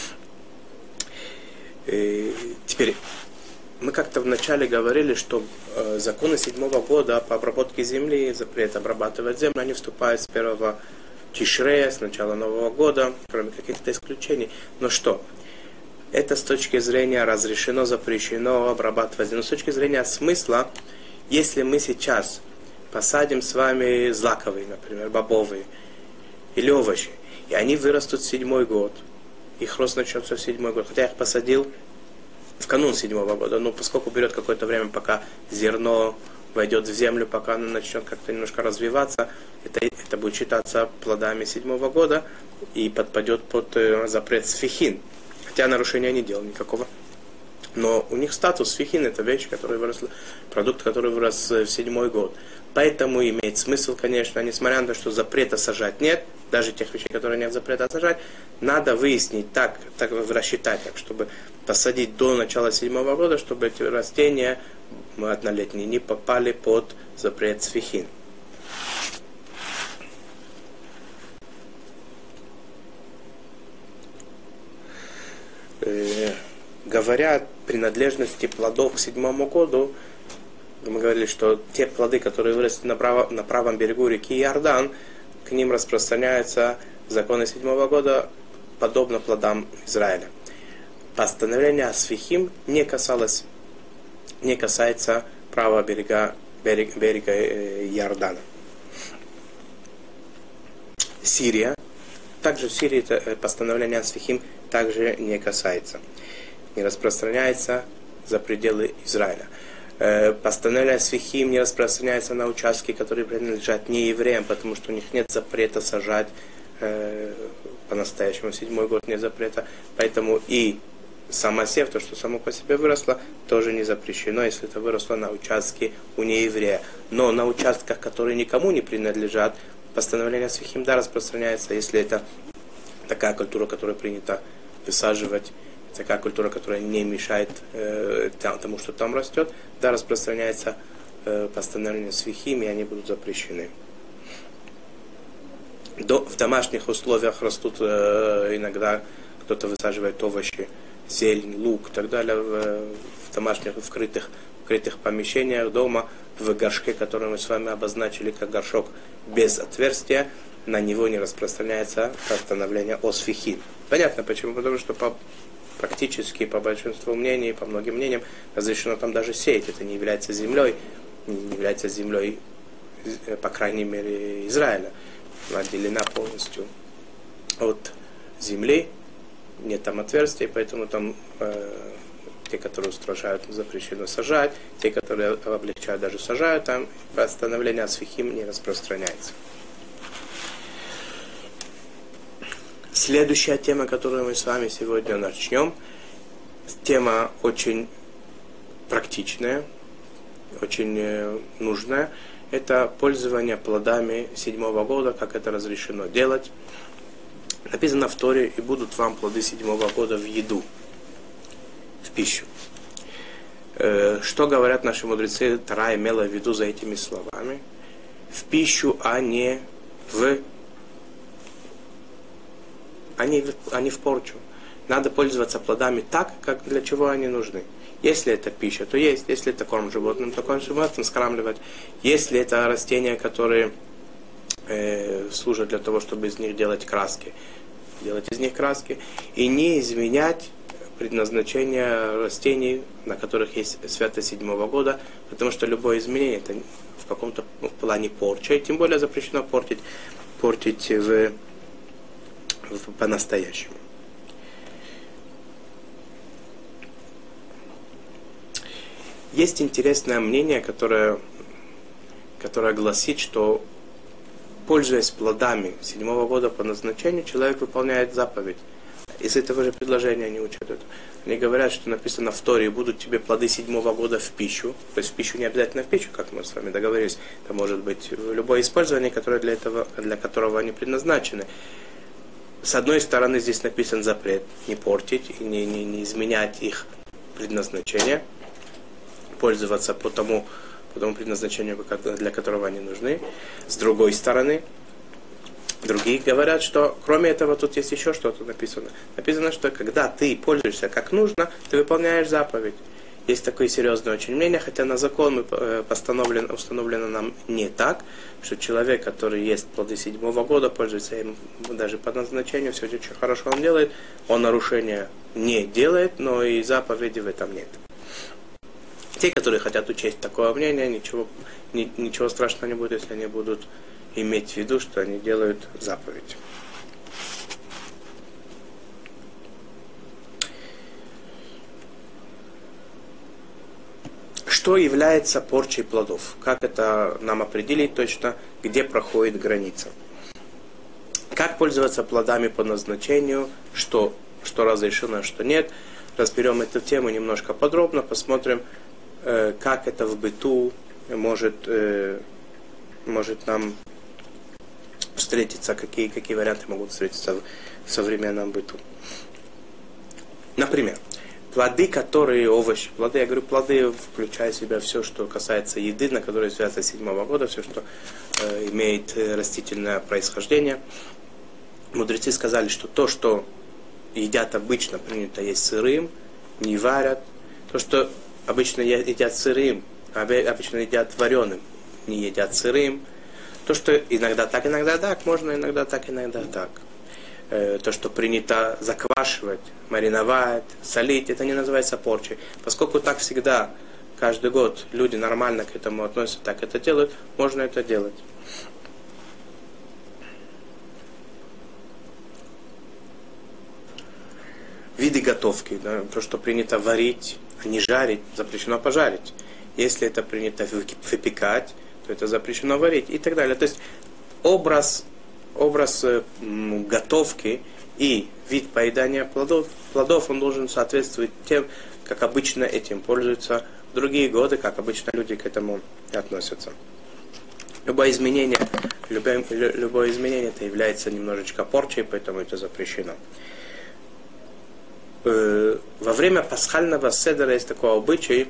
Теперь, мы как-то вначале говорили, что законы седьмого года по обработке земли, запрет обрабатывать землю, они вступают с 1 Тишрея, с начала Нового года, кроме каких-то исключений. Но что? Это с точки зрения разрешено, запрещено обрабатывать землю. Но с точки зрения смысла, если мы сейчас посадим с вами злаковые, например, бобовые или овощи, и они вырастут в 7-й год, их рост начнется в 7-й год, хотя я их посадил в канун 7-го года, но поскольку берет какое-то время, пока зерно войдет в землю, пока оно начнет как-то немножко развиваться, это будет считаться плодами 7-го года и подпадет под запрет сфихин. Хотя нарушения не делал никакого. Но у них статус сфихин — это вещь, которая выросла, продукт, который вырос в 7-й год. Поэтому имеет смысл, конечно, несмотря на то, что запрета сажать нет, даже тех вещей, которые нет запрета сажать, надо выяснить так рассчитать так, чтобы посадить до начала 7-го года, чтобы эти растения однолетние не попали под запрет сфихин. Говоря о принадлежности плодов к 7-му году, мы говорили, что те плоды, которые выросли на правом берегу реки Иордан, к ним распространяются законы 7-го года, подобно плодам Израиля. Постановление Асфихим не касается правого берега Иордана. Сирия, также в Сирии постановление Асфихим также не касается, не распространяется за пределы Израиля. Постановление Асфихим не распространяется на участки, которые принадлежат не евреям, потому что у них нет запрета сажать по-настоящему. 7-й год нет запрета, поэтому и самосев, то, что само по себе выросло, тоже не запрещено, если это выросло на участке у нееврея. Но на участках, которые никому не принадлежат, постановление Асфихим да распространяется, если это такая культура, которую принято высаживать, такая культура, которая не мешает тому, что там растет, да, распространяется постановление Асфихим, и они будут запрещены. В домашних условиях растут иногда, кто-то высаживает овощи, зелень, лук и так далее в домашних, вкрытых помещениях дома, в горшке, который мы с вами обозначили как горшок без отверстия, на него не распространяется постановление Асфихим. Понятно почему? Потому что практически по большинству мнений, по многим мнениям, разрешено там даже сеять. Это не является землей, по крайней мере, Израиля. Она отделена полностью от земли, нет там отверстий, поэтому там те, которые устражают, запрещено сажать, те, которые облегчают, даже сажают, там постановление Асфихим не распространяется. Следующая тема, которую мы с вами сегодня начнем, тема очень практичная, очень нужная. Это пользование плодами 7-го года, как это разрешено делать. Написано в Торе: и будут вам плоды 7-го года в еду, в пищу. Что говорят наши мудрецы? Тора имела в виду за этими словами: в пищу, а не в порчу. надо пользоваться плодами так, как для чего они нужны. Если это пища, то есть. Если это корм животным, то корм животным скармливать. Если это растения, которые служат для того, чтобы из них делать краски, делать из них краски. И не изменять предназначение растений, на которых есть святость седьмого года, потому что любое изменение это в каком-то плане порча, и тем более запрещено портить по-настоящему. Есть интересное мнение, которое гласит, что, пользуясь плодами седьмого года по назначению, человек выполняет заповедь. Из этого же предложения они учат это. Они говорят, что написано в Торе: будут тебе плоды седьмого года в пищу. То есть в пищу не обязательно в пищу, как мы с вами договорились. Это может быть любое использование, которое для которого они предназначены. С одной стороны, здесь написан запрет не портить и не изменять их предназначение, пользоваться по тому предназначению, для которого они нужны. С другой стороны, другие говорят, что кроме этого тут есть еще что-то написано. Написано, что когда ты пользуешься как нужно, ты выполняешь заповедь. Есть такое серьезное очень мнение, хотя на закон установлено нам не так, что человек, который ест плоды седьмого года, пользуется им даже по назначению, все очень хорошо он делает, он нарушения не делает, но и заповеди в этом нет. Те, которые хотят учесть такое мнение, ничего страшного не будет, если они будут иметь в виду, что они делают заповедь. Что является порчей плодов? Как это нам определить точно, где проходит граница? Как пользоваться плодами по назначению, что разрешено, что нет? Разберем эту тему немножко подробно, посмотрим, как это в быту может нам встретиться, какие варианты могут встретиться в современном быту. Например, плоды, овощи, плоды, я говорю, плоды, включая в себя все, что касается еды, на которой связано седьмого года, все, что имеет растительное происхождение. Мудрецы сказали, что то, что едят обычно, принято есть сырым, не варят. То, что обычно едят сырым, обычно едят вареным, не едят сырым. То, что иногда так, можно иногда так. То, что принято заквашивать, мариновать, солить, это не называется порчей. Поскольку так всегда, каждый год люди нормально к этому относятся, так это делают, можно это делать. Виды готовки, да, то, что принято варить, а не жарить, запрещено пожарить. Если это принято выпекать, то это запрещено варить и так далее. То есть образ готовки и вид поедания плодов, он должен соответствовать тем, как обычно этим пользуются в другие годы, как обычно люди к этому относятся. Любое изменение это является немножечко порчей, поэтому это запрещено. Во время пасхального седера есть такой обычай,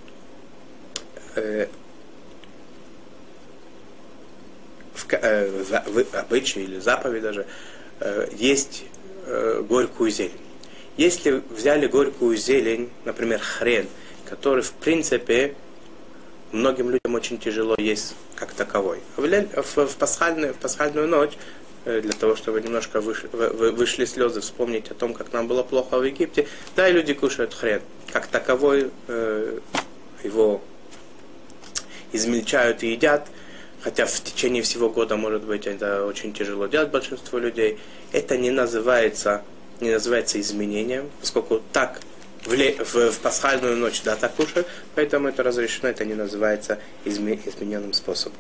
обычай или заповедь даже, есть горькую зелень. Если взяли горькую зелень, например, хрен, который в принципе многим людям очень тяжело есть как таковой. В пасхальную ночь, для того, чтобы немножко вышли слезы, вспомнить о том, как нам было плохо в Египте, да, и люди кушают хрен. Как таковой его измельчают и едят, хотя в течение всего года, может быть, это очень тяжело делать большинству людей. Это не называется изменением, поскольку так в пасхальную ночь, да, так кушают, поэтому это разрешено, это не называется измененным способом.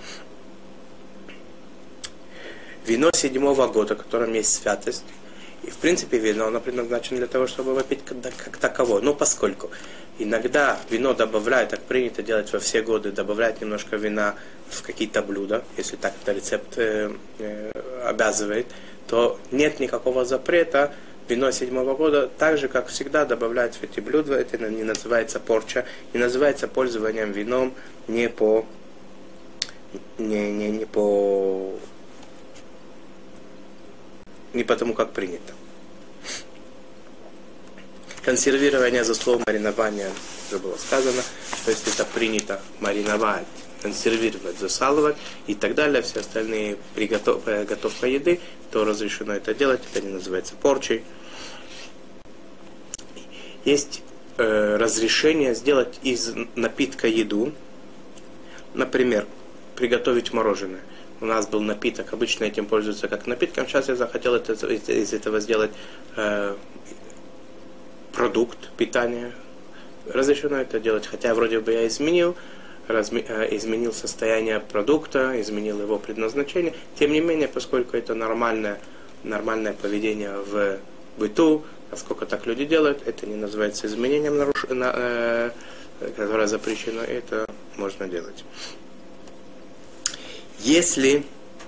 Вино седьмого года, в котором есть святость, и в принципе вино, оно предназначено для того, чтобы выпить как таковое. Но поскольку иногда вино добавляют, так принято делать во все годы, добавляют немножко вина в какие-то блюда, если так это рецепт обязывает, то нет никакого запрета вино седьмого года, так же, как всегда, добавлять в эти блюда. Это не называется порча, не называется пользованием вином не потому, как принято. Консервирование за словом маринование уже было сказано, что если это принято мариновать, консервировать, засалывать и так далее, все остальные готовка еды, то разрешено это делать, это не называется порчей. Есть разрешение сделать из напитка еду, например, приготовить мороженое. У нас был напиток, обычно этим пользуются как напитком, сейчас я захотел из этого сделать продукт питания. Разрешено это делать, хотя вроде бы я изменил состояние продукта, изменил его предназначение. Тем не менее, поскольку это нормальное поведение в быту, насколько так люди делают, это не называется изменением, которое запрещено, это можно делать. Если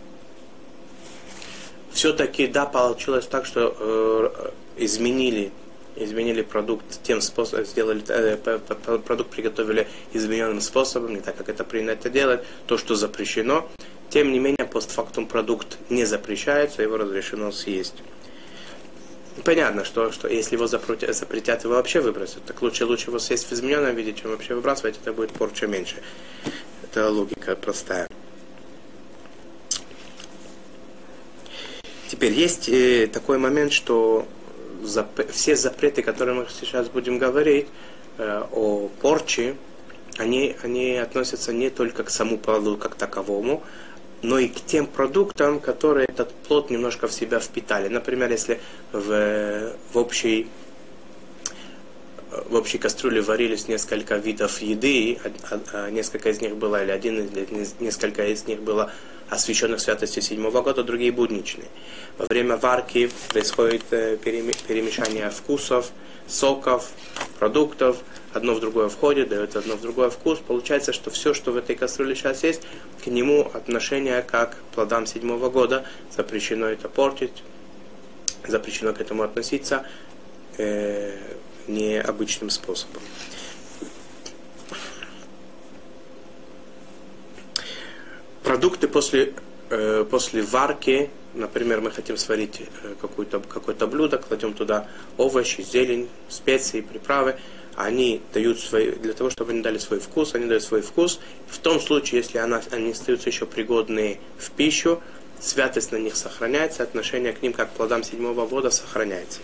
все-таки получилось так, что изменили продукт тем способом, продукт приготовили измененным способом, не так, как это принято делать, то, что запрещено, тем не менее, постфактум продукт не запрещается, его разрешено съесть. Понятно, что если его запретят, его вообще выбросят, так лучше его съесть в измененном виде, чем вообще выбрасывать, это будет порча меньше. Это логика простая. Теперь есть такой момент, что все запреты, которые мы сейчас будем говорить о порче, они относятся не только к самому плоду как таковому, но и к тем продуктам, которые этот плод немножко в себя впитали. Например, если в общей кастрюле варились несколько видов еды, несколько из них было, или несколько из них было освященных святостью 7-го года, другие будничные. Во время варки происходит перемешание вкусов, соков, продуктов, одно в другое входит, дает одно в другое вкус. Получается, что все, что в этой кастрюле сейчас есть, к нему отношение как к плодам 7-го года. Запрещено это портить, запрещено к этому относиться необычным способом. Продукты после варки, например, мы хотим сварить какое-то блюдо, кладем туда овощи, зелень, специи, приправы, они дают для того, чтобы они дали свой вкус, они дают свой вкус. В том случае, если они остаются еще пригодные в пищу, святость на них сохраняется, отношение к ним как к плодам 7-го года сохраняется.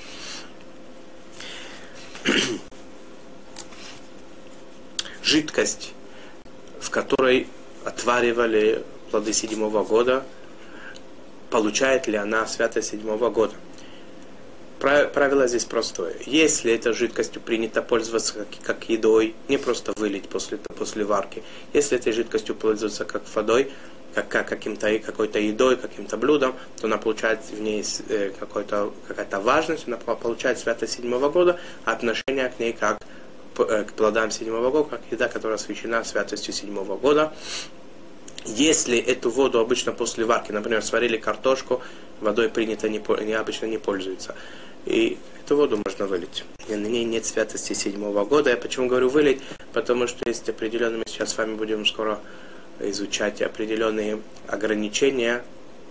Жидкость, в которой отваривали плоды 7-го года, получает ли она святость 7-го года? Правило здесь простое. Если этой жидкостью принято пользоваться как едой, не просто вылить после варки, если этой жидкостью пользоваться как водой, как какой-то едой, каким-то блюдом, то она получает в ней какая-то важность, она получает святость 7-го года, а отношение к ней как к плодам 7-го года, как еда, которая освящена святостью 7-го года. Если эту воду обычно после варки, например, сварили картошку, водой принято обычно не пользуется. И эту воду можно вылить. И на ней нет святости 7-го года. Я почему говорю вылить? Потому что есть определенные, мы сейчас с вами будем скоро изучать определенные ограничения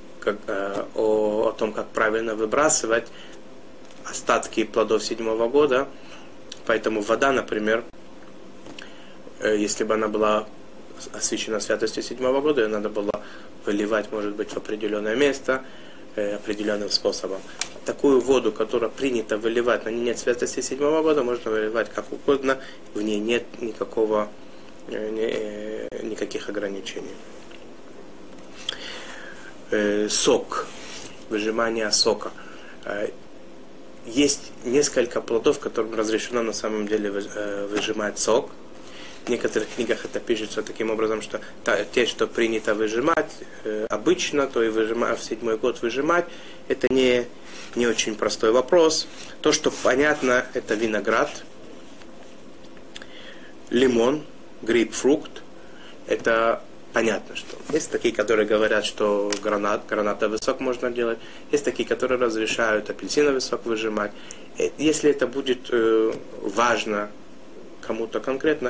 о том, как правильно выбрасывать остатки плодов 7-го года. Поэтому вода, например, если бы она была освящена святостью 7-го года, ее надо было выливать, может быть, в определенное место, определенным способом. Такую воду, которую принято выливать, на ней нет святости 7-го года, можно выливать как угодно, в ней нет никаких ограничений. Сок, выжимание сока. Есть несколько плодов, которым разрешено на самом деле выжимать сок. В некоторых книгах это пишется таким образом, что те, что принято выжимать обычно, то и в 7-й год выжимать, это не очень простой вопрос. То, что понятно, это виноград, лимон, грейпфрукт. Это понятно, что есть такие, которые говорят, что гранатовый сок можно делать, есть такие, которые разрешают апельсиновый сок выжимать. Если это будет важно кому-то конкретно,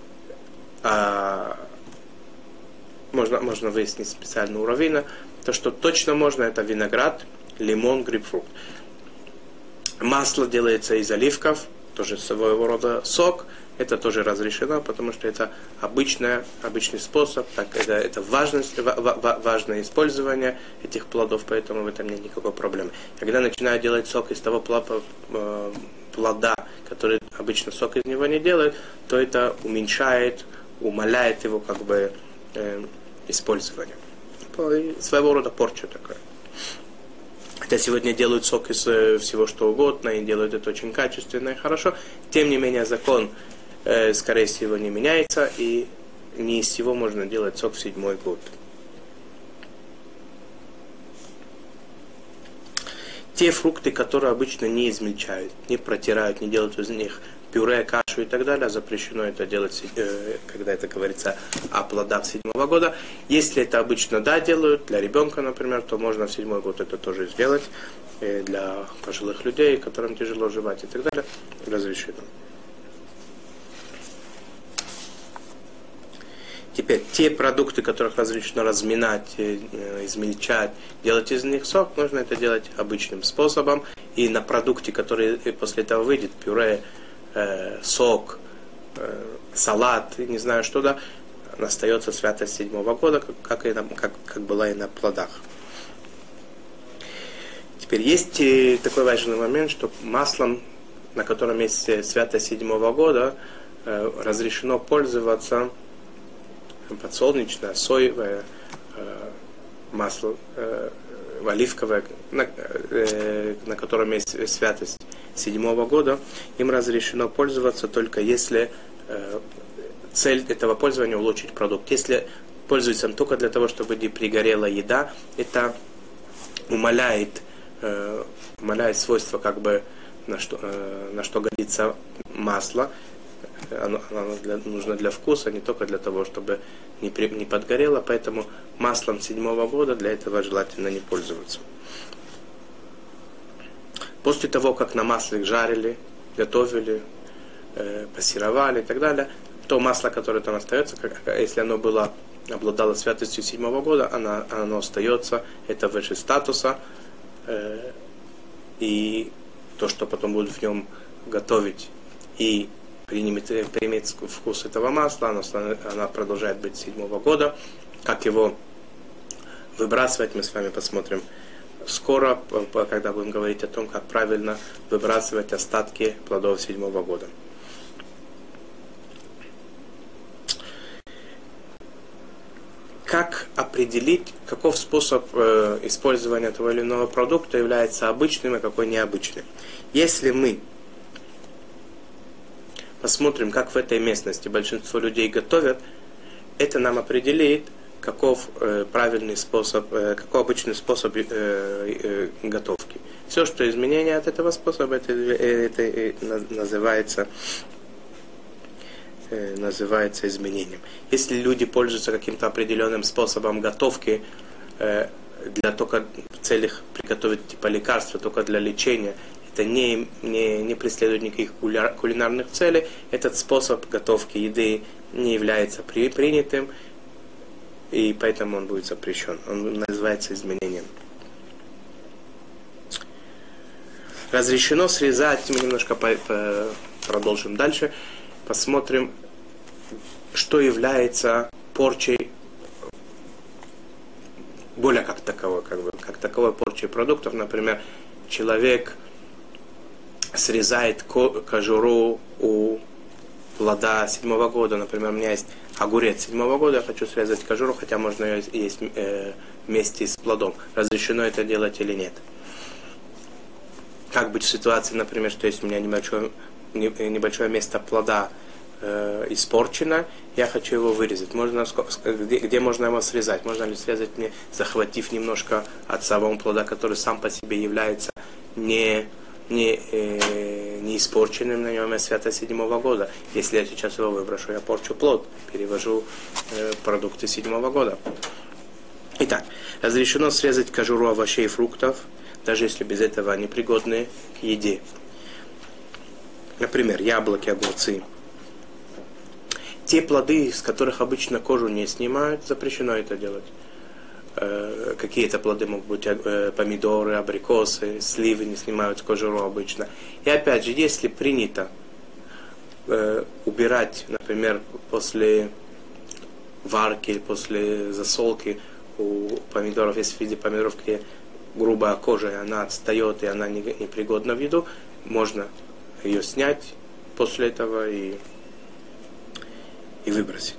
можно выяснить специально у раввина, то, что точно можно, это виноград, лимон, грейпфрукт. Масло делается из оливков, тоже своего рода сок, это тоже разрешено, потому что это обычный способ, так, это важное использование этих плодов, поэтому в этом нет никакой проблемы. Когда начинают делать сок из того плода, который обычно сок из него не делает, то это умаляет его использование. Своего рода порча такая. Хотя сегодня делают сок из всего что угодно, и делают это очень качественно и хорошо, тем не менее закон, скорее всего, не меняется, и не из всего можно делать сок в 7-й год. Те фрукты, которые обычно не измельчают, не протирают, не делают из них пюре, кашу и так далее, запрещено это делать, когда это говорится о плодах 7-го года. Если это обычно делают, для ребенка, например, то можно в 7-й год это тоже сделать, для пожилых людей, которым тяжело жевать и так далее, разрешено. Теперь, те продукты, которых разрешено разминать, измельчать, делать из них сок, нужно это делать обычным способом. И на продукте, который после этого выйдет, пюре, сок, салат, не знаю что, да, остается святость 7-го года, как была и на плодах. Теперь есть такой важный момент, что маслом, на котором есть святость 7-го года, разрешено пользоваться подсолнечное, соевое, масло оливковое, на котором есть святость 7-го года, им разрешено пользоваться только если цель этого пользования улучшить продукт. Если пользуется им только для того, чтобы не пригорела еда, это умаляет свойства, на что годится масло. Оно нужно для вкуса, не только для того, чтобы не подгорело, поэтому маслом 7-го года для этого желательно не пользоваться. После того, как на масле жарили, готовили, пассеровали и так далее, то масло, которое там остается, если оно обладало святостью 7-го года, оно остается, это выше статуса, и то, что потом будут в нем готовить и примет вкус этого масла, она продолжает быть 7-го года. Как его выбрасывать, мы с вами посмотрим скоро, когда будем говорить о том, как правильно выбрасывать остатки плодов 7-го года. Как определить, каков способ использования того или иного продукта является обычным, а какой необычным? Если мы посмотрим, как в этой местности большинство людей готовят, это нам определит, каков правильный способ, какой обычный способ готовки. Все, что изменение от этого способа, это называется изменением. Если люди пользуются каким-то определенным способом готовки для только в целях приготовить типа лекарства, только для лечения, это не преследует никаких кулинарных целей, этот способ готовки еды не является принятым, и поэтому он будет запрещен. Он называется изменением. Разрешено срезать, мы немножко продолжим дальше, посмотрим, что является порчей, более как таковой порчей продуктов. Например, человек срезает кожуру у плода 7-го года. Например, у меня есть огурец 7-го года, я хочу срезать кожуру, хотя можно ее есть вместе с плодом. Разрешено это делать или нет? Как быть в ситуации, например, что есть у меня небольшое место плода испорчено, я хочу его вырезать. Где можно его срезать? Можно ли срезать мне, захватив немножко от самого плода, который сам по себе является не испорченным, на нем есть святость 7-го года. Если я сейчас его выброшу, я порчу плод, перевожу продукты 7-го года. Итак, разрешено срезать кожуру овощей и фруктов, даже если без этого они пригодны к еде. Например, яблоки, огурцы. Те плоды, с которых обычно кожу не снимают, запрещено это делать. Какие-то плоды могут быть помидоры, абрикосы, сливы не снимают кожуру обычно. И опять же, если принято убирать, например, после варки или после засолки у помидоров, есть в виде помидоров, где грубая кожа, и она отстает, и она непригодна в еду, можно ее снять после этого и выбросить.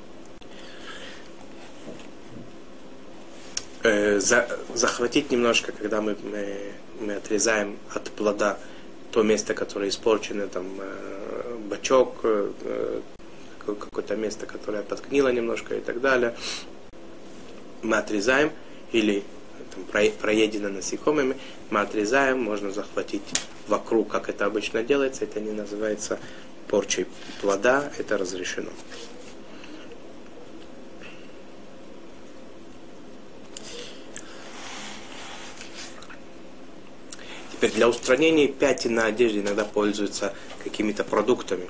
Захватить немножко, когда мы отрезаем от плода то место, которое испорчено, там бачок, какое-то место, которое подгнило немножко и так далее. Мы отрезаем, или там, проедено насекомыми, мы отрезаем, можно захватить вокруг, как это обычно делается, это не называется порчей плода, это разрешено. Теперь для устранения пятен на одежде иногда пользуются какими-то продуктами.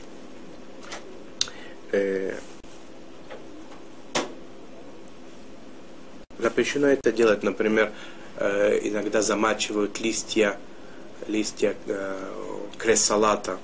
Запрещено это делать, например, иногда замачивают листья крес-салата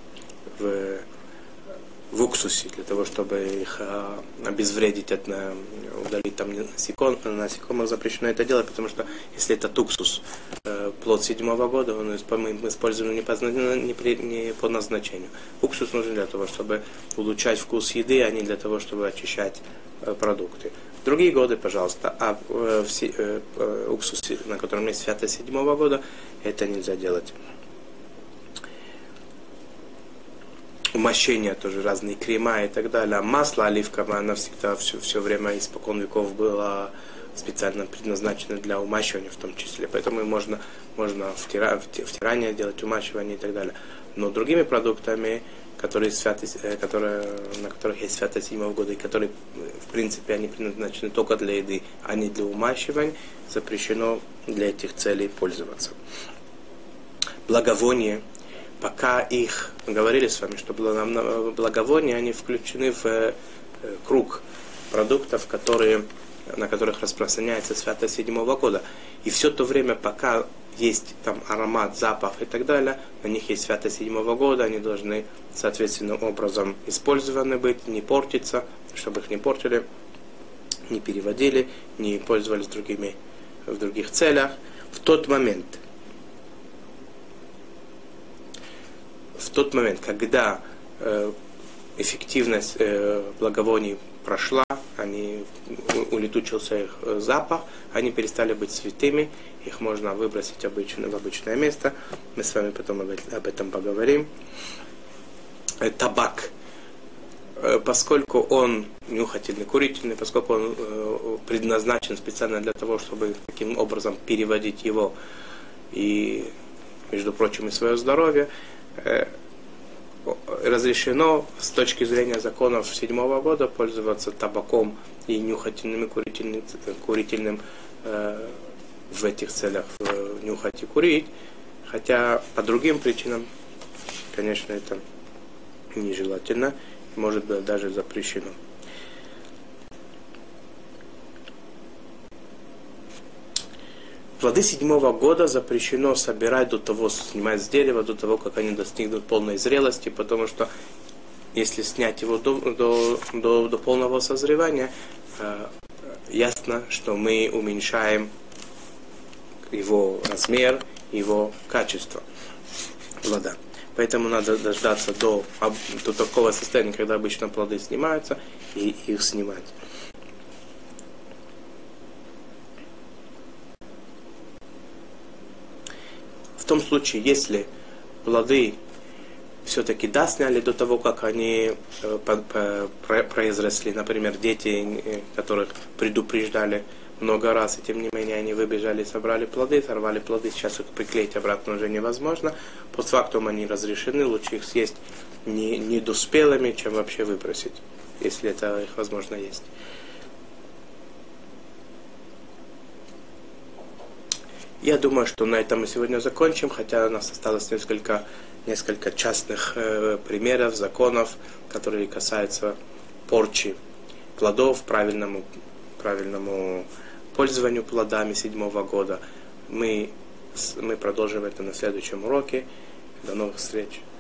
в уксусе, для того, чтобы их обезвредить, удалить там насекомых. Запрещено это делать, потому что если этот уксус плод 7-го года, мы используем не по назначению. Уксус нужен для того, чтобы улучшать вкус еды, а не для того, чтобы очищать продукты. В другие годы, пожалуйста, уксус, на котором есть святость 7-го года, это нельзя делать. Умощения тоже, разные крема и так далее. Масло оливковое, она всегда все время испокон веков была специально предназначена для умащивания в том числе. Поэтому можно втирание делать, умащивание и так далее. Но другими продуктами, на которых есть святость 7-го года, и которые, в принципе, они предназначены только для еды, а не для умащивания, запрещено для этих целей пользоваться. Благовония. Пока их, мы говорили с вами, что благовония, они включены в круг продуктов, на которых распространяется святость 7-го года. И все то время, пока есть там аромат, запах и так далее, на них есть святость 7-го года, они должны соответственным образом использованы быть, не портиться, чтобы их не портили, не переводили, не пользовались в других целях. В тот момент, когда эффективность благовоний прошла, улетучился их запах, они перестали быть святыми, их можно выбросить в обычное место. Мы с вами потом об этом поговорим. Табак, поскольку он нюхательный, курительный, поскольку он предназначен специально для того, чтобы таким образом переводить его и, между прочим, и свое здоровье, разрешено с точки зрения законов 7-го года пользоваться табаком и нюхательным и курительным в этих целях, нюхать и курить, хотя по другим причинам, конечно, это нежелательно, может быть даже запрещено. Плоды 7-го года запрещено собирать снимать с дерева до того, как они достигнут полной зрелости, потому что если снять его до полного созревания, ясно, что мы уменьшаем его размер, его качество плода. Поэтому надо дождаться до такого состояния, когда обычно плоды снимаются, и их снимать. В том случае, если плоды все-таки сняли до того, как они произросли, например, дети, которых предупреждали много раз, и тем не менее они выбежали, собрали плоды, сорвали плоды, сейчас их приклеить обратно уже невозможно, постфактум они разрешены, лучше их съесть недоспелыми, чем вообще выбросить, если это их возможно есть. Я думаю, что на этом мы сегодня закончим, хотя у нас осталось несколько частных примеров, законов, которые касаются порчи плодов, правильному пользованию плодами 7-го года. Мы продолжим это на следующем уроке. До новых встреч!